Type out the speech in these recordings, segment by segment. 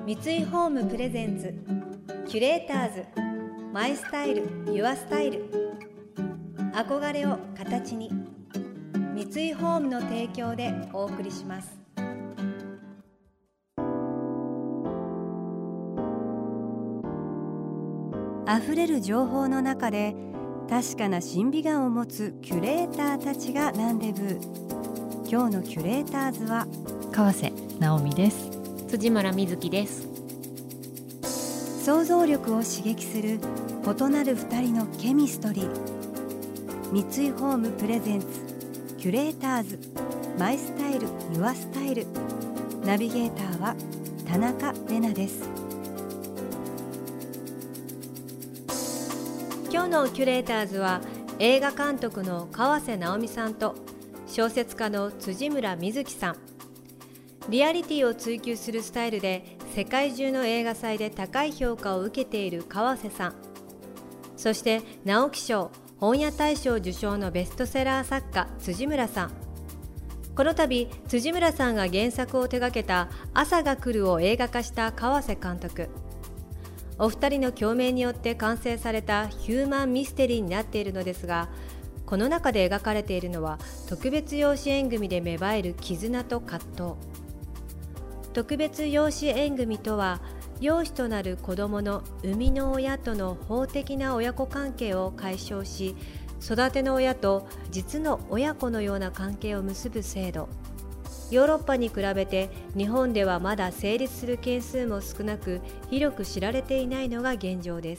三井ホームプレゼンツキュレーターズマイスタイルユアスタイル、憧れを形に、三井ホームの提供でお送りします。あふれる情報の中で確かな審美眼を持つキュレーターたちがランデブー。今日のキュレーターズは川瀬直美です。 辻村瑞希です。 想像力を刺激する異なる二人のケミストリー。三井ホームプレゼンツキュレーターズマイスタイルユアスタイル、ナビゲーターは田中れなです。今日のキュレーターズは映画監督の川瀬直美さんと小説家の辻村瑞希さん。リアリティを追求するスタイルで世界中の映画祭で高い評価を受けている川瀬さん、そして直木賞本屋大賞受賞のベストセラー作家辻村さん。この度辻村さんが原作を手掛けた朝が来るを映画化した川瀬監督。お二人の共鳴によって完成されたヒューマンミステリーになっているのですが、この中で描かれているのは特別養子縁組で芽生える絆と葛藤。特別養子縁組とは、養子となる子どもの生みの親との法的な親子関係を解消し、育ての親と実の親子のような関係を結ぶ制度。ヨーロッパに比べて日本ではまだ成立する件数も少なく、広く知られていないのが現状です。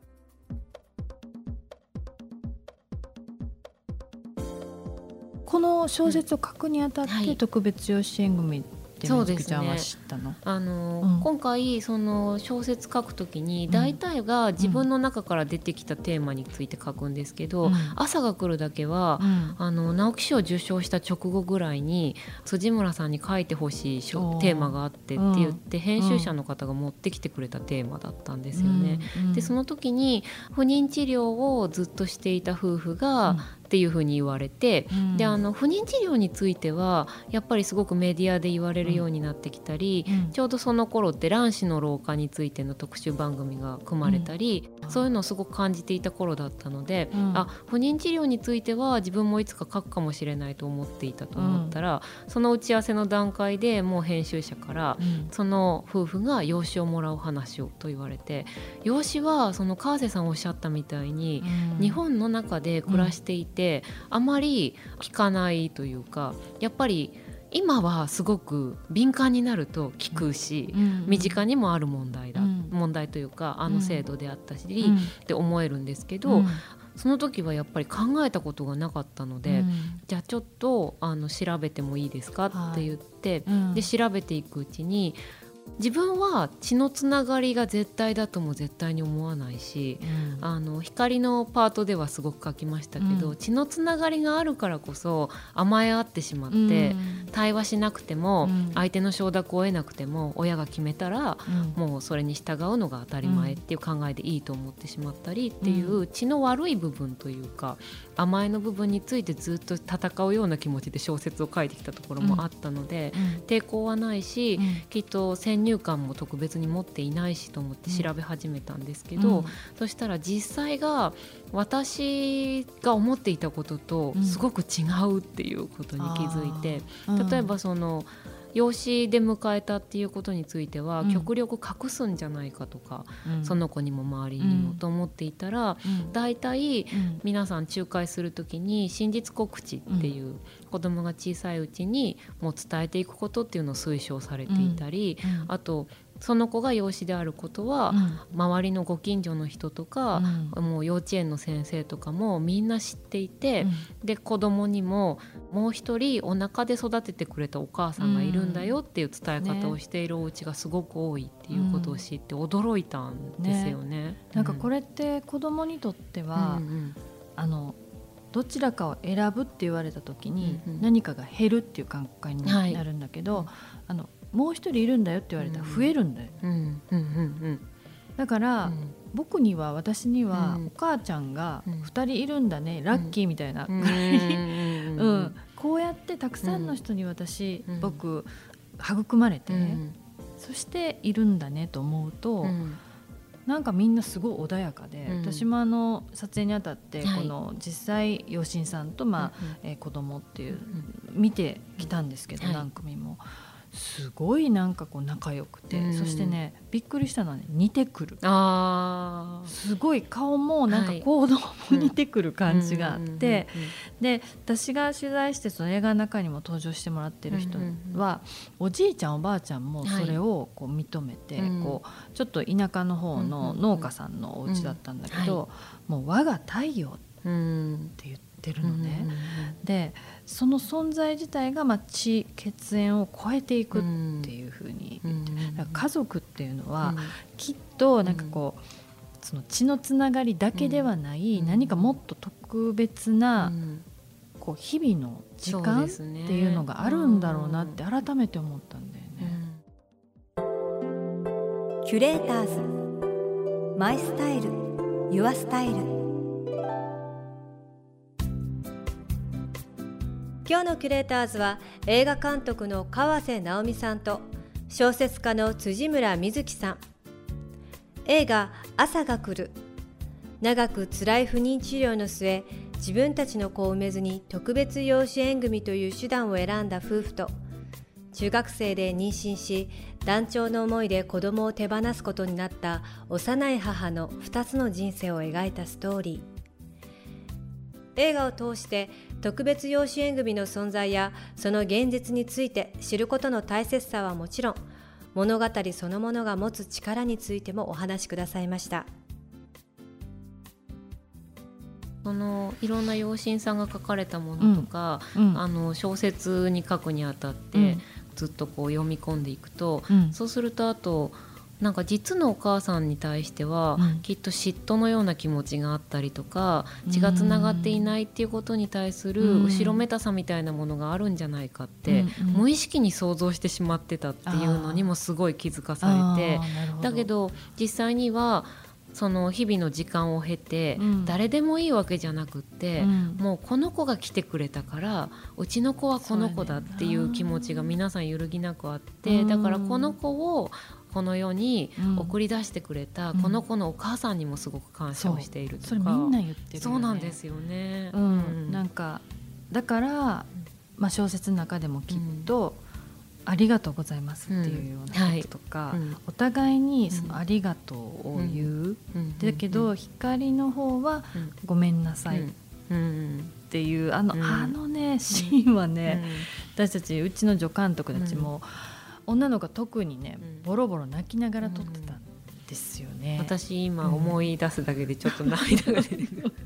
この小説を書くにあたって、 はい、 特別養子縁組って瑞希ちゃんは知ったの？ 今回その小説書くときに大体が自分の中から出てきたテーマについて書くんですけど、朝が来るだけは、直木賞を受賞した直後ぐらいに辻村さんに書いてほしいテーマがあってって言って、編集者の方が持ってきてくれたテーマだったんですよね。でその時に不妊治療をずっとしていた夫婦が、っていうふうに言われて、で不妊治療についてはやっぱりすごくメディアで言われるようになってきたり、ちょうどその頃って卵子の老化についての特集番組が組まれたり、そういうのをすごく感じていた頃だったので、不妊治療については自分もいつか書くかもしれないと思っていたと思ったら、その打ち合わせの段階でもう編集者から、その夫婦が養子をもらう話をと言われて、養子はその川瀬さんおっしゃったみたいに、日本の中で暮らしていて、あまり聞かないというか、やっぱり今はすごく敏感になると聞くし、身近にもある問題というか制度であったし、って思えるんですけど、その時はやっぱり考えたことがなかったので、じゃあちょっと調べてもいいですかって言って、で調べていくうちに、自分は血のつながりが絶対だとも絶対に思わないし、光のパートではすごく書きましたけど、血のつながりがあるからこそ甘え合ってしまって、対話しなくても、相手の承諾を得なくても親が決めたら、もうそれに従うのが当たり前っていう考えでいいと思ってしまったりっていう、血の悪い部分というか甘えの部分についてずっと戦うような気持ちで小説を書いてきたところもあったので、抵抗はないし、きっと先入観も特別に持っていないしと思って調べ始めたんですけど、そしたら実際が私が思っていたこととすごく違うっていうことに気づいて、例えばその養子で迎えたっていうことについては、極力隠すんじゃないかとか、その子にも周りにもと思っていたら、だいたい皆さん仲介するときに真実告知っていう、子供が小さいうちにもう伝えていくことっていうのを推奨されていたり、あとその子が養子であることは、周りのご近所の人とか、もう幼稚園の先生とかもみんな知っていて、で子供にももう一人お腹で育ててくれたお母さんがいるんだよっていう伝え方をしているお家がすごく多いっていうことを知って驚いたんですよね。 なんかこれって子供にとっては、どちらかを選ぶって言われた時に、何かが減るっていう感覚になるんだけど、もう一人いるんだよって言われたら増えるんだよ、だから、僕には私にはお母ちゃんが2人いるんだね、ラッキーみたいな、こうやってたくさんの人に僕育まれて、 そしているんだねと思うと、なんかみんなすごい穏やかで、私も撮影にあたってこの実際養親さんと子供っていう見てきたんですけど、何組もすごいなんかこう仲良くて、そしてねびっくりしたのはね、似てくる。すごい顔もなんか行動も似てくる感じがあって、で私が取材してその映画の中にも登場してもらってる人は、おじいちゃんおばあちゃんもそれをこう認めて、こうちょっと田舎の方の農家さんのお家だったんだけど、もう我が太陽って言ってるのね。でその存在自体が血血縁を超えていくっていう風に言ってる。だから家族っていうのはきっとなんかこうその血のつながりだけではない何かもっと特別なこう日々の時間っていうのがあるんだろうなって改めて思ったんだよね。キュレーターズマイスタイルユアスタイル。今日のキュレーターズは映画監督の河瀬直美さんと小説家の辻村瑞希さん。映画朝が来る。長く辛い不妊治療の末、自分たちの子を産めずに特別養子縁組という手段を選んだ夫婦と、中学生で妊娠し断腸の思いで子供を手放すことになった幼い母の2つの人生を描いたストーリー。映画を通して特別養子縁組の存在やその現実について知ることの大切さはもちろん、物語そのものが持つ力についてもお話しくださいました。 そのいろんな養親さんが書かれたものとか、小説に書くにあたって、ずっとこう読み込んでいくと、そうするとあとなんか実のお母さんに対しては、きっと嫉妬のような気持ちがあったりとか、血がつながっていないっていうことに対する後ろめたさみたいなものがあるんじゃないかって、無意識に想像してしまってたっていうのにもすごい気づかされて、だけど実際にはその日々の時間を経て、誰でもいいわけじゃなくって、もうこの子が来てくれたからうちの子はこの子だっていう気持ちが皆さん揺るぎなくあって、だからこの子をこの世に送り出してくれたこの子のお母さんにもすごく感謝をしているとか、 それみんな言ってるよね。 そうなんですよね。 なんかだから、小説の中でもきっと、ありがとうございますっていうようなこととか、お互いにそのありがとうを言う、だけど光の方はごめんなさいっていうあのねシーンはね、私たちうちの助監督たちも、女の子が特にねボロボロ泣きながら撮ってたんですよね。 私今思い出すだけでちょっと涙が出てくる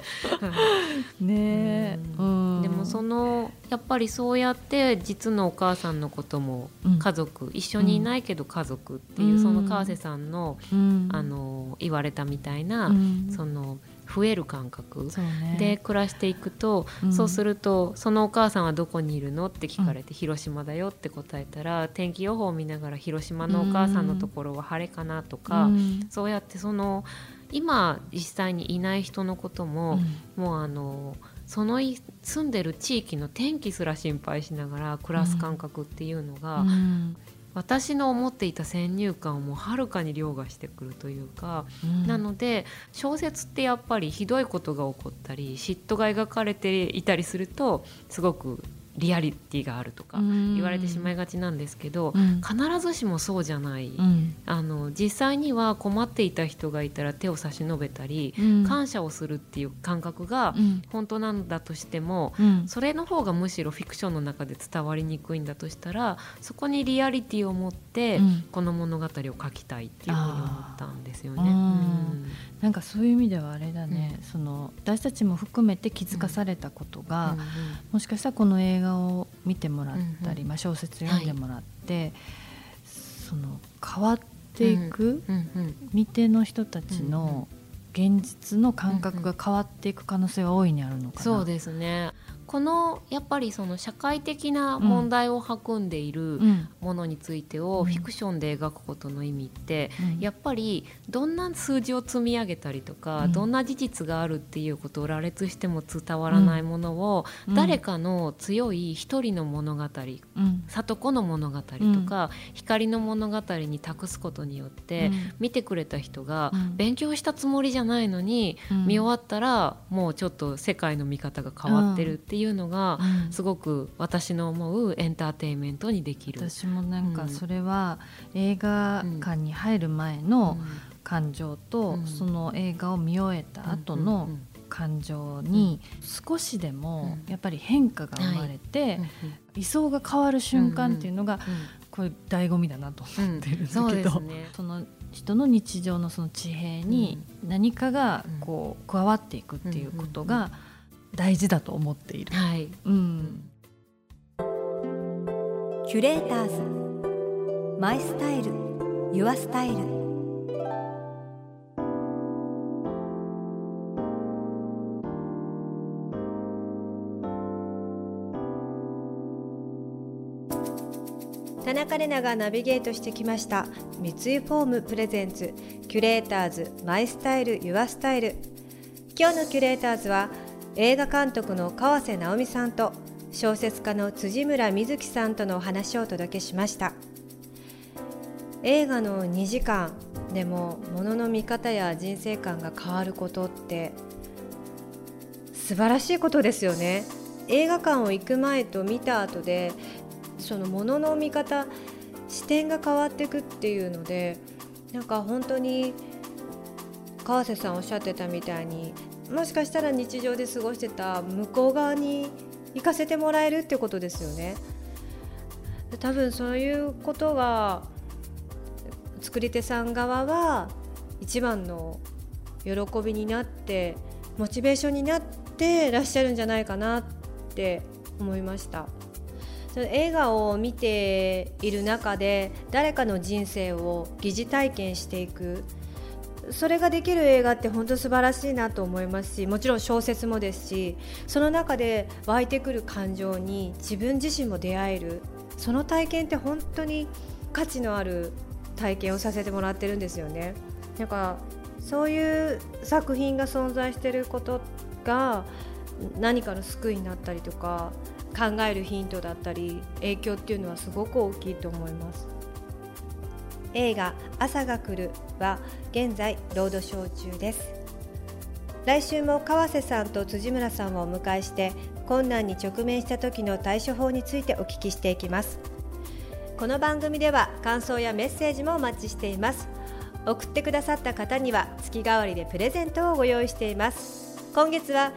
ね。 でもそのやっぱりそうやって実のお母さんのことも家族、一緒にいないけど家族っていう、その川瀬さんの、言われたみたいな、その増える感覚で暮らしていくと、そうするとそのお母さんはどこにいるのって聞かれて、広島だよって答えたら、天気予報を見ながら広島のお母さんのところは晴れかなとか、そうやってその今実際にいない人のことも、もうその住んでる地域の天気すら心配しながら暮らす感覚っていうのが、私の思っていた先入観をもうはるかに凌駕してくるというか、なので小説ってやっぱりひどいことが起こったり嫉妬が描かれていたりするとすごくリアリティがあるとか言われてしまいがちなんですけど、必ずしもそうじゃない、実際には困っていた人がいたら手を差し伸べたり、感謝をするっていう感覚が本当なんだとしても、それの方がむしろフィクションの中で伝わりにくいんだとしたら、そこにリアリティを持ってこの物語を書きたいっていうふうに思ったんですよね。 なんかそういう意味ではあれだね、その私たちも含めて気づかされたことが、もしかしたらこの映画を見てもらったり、小説読んでもらって、その変わっていく、見手の人たちの現実の感覚が変わっていく可能性は大いにあるのかな。 そうですね。 このやっぱりその社会的な問題を含んでいるものについてをフィクションで描くことの意味って、やっぱりどんな数字を積み上げたりとか、どんな事実があるっていうことを羅列しても伝わらないものを、誰かの強い一人の物語、里子の物語とか、光の物語に託すことによって、見てくれた人が勉強したつもりじゃないのに、見終わったらもうちょっと世界の見方が変わってるっていうのが、すごく私の思うエンターテインメントにできる。 私もなんかそれは映画館に入る前の感情と、その映画を見終えた後の感情に少しでもやっぱり変化が生まれて、理想が変わる瞬間っていうのがこれ醍醐味だなと思ってるんだけど、その人の日常のその地平に何かがこう加わっていくっていうことが大事だと思っている。 キュレーターズマイスタイルユアスタイル。田中玲奈がナビゲートしてきました三井フォームプレゼンツキュレーターズマイスタイルユアスタイル。今日のキュレーターズは映画監督の川瀬直美さんと小説家の辻村瑞希さんとのお話をお届けしました。映画の2時間でも物の見方や人生観が変わることって素晴らしいことですよね。映画館を行く前と見た後でその物の見方、視点が変わっていくっていうので、なんか本当に川瀬さんおっしゃってたみたいに、もしかしたら日常で過ごしてた向こう側に行かせてもらえるってことですよね。多分そういうことが作り手さん側は一番の喜びになって、モチベーションになってらっしゃるんじゃないかなって思いました。映画を見ている中で誰かの人生を疑似体験していく、それができる映画って本当素晴らしいなと思いますし、もちろん小説もですし、その中で湧いてくる感情に自分自身も出会える、その体験って本当に価値のある体験をさせてもらってるんですよね。なんかそういう作品が存在していることが何かの救いになったりとか、考えるヒントだったり影響っていうのはすごく大きいと思います。映画朝が来るは現在ロードショー中です。来週も川瀬さんと辻村さんをお迎えして困難に直面した時の対処法についてお聞きしていきます。この番組では感想やメッセージもお待ちしています。送ってくださった方には月替わりでプレゼントをご用意しています。今月は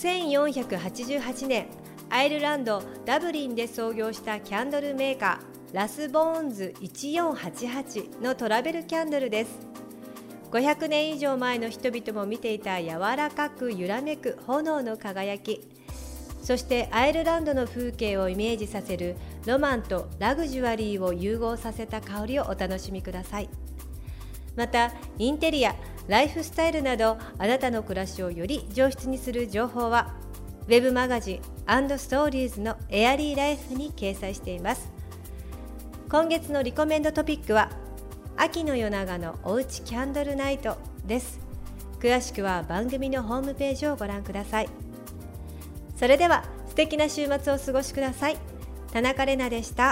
1488年アイルランドダブリンで創業したキャンドルメーカーラスボーンズ1488のトラベルキャンドルです。500年以上前の人々も見ていた柔らかく揺らめく炎の輝き、そしてアイルランドの風景をイメージさせるロマンとラグジュアリーを融合させた香りをお楽しみください。またインテリア、ライフスタイルなどあなたの暮らしをより上質にする情報はウェブマガジン&ストーリーズのエアリーライフに掲載しています。今月のリコメンドトピックは秋の夜長のおうちキャンドルナイトです。詳しくは番組のホームページをご覧ください。それでは素敵な週末をお過ごしください。田中玲奈でした。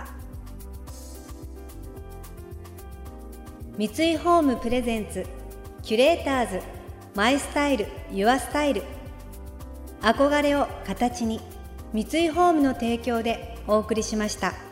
三井ホームプレゼンツキュレーターズマイスタイルユアスタイル。憧れを形に、三井ホームの提供でお送りしました。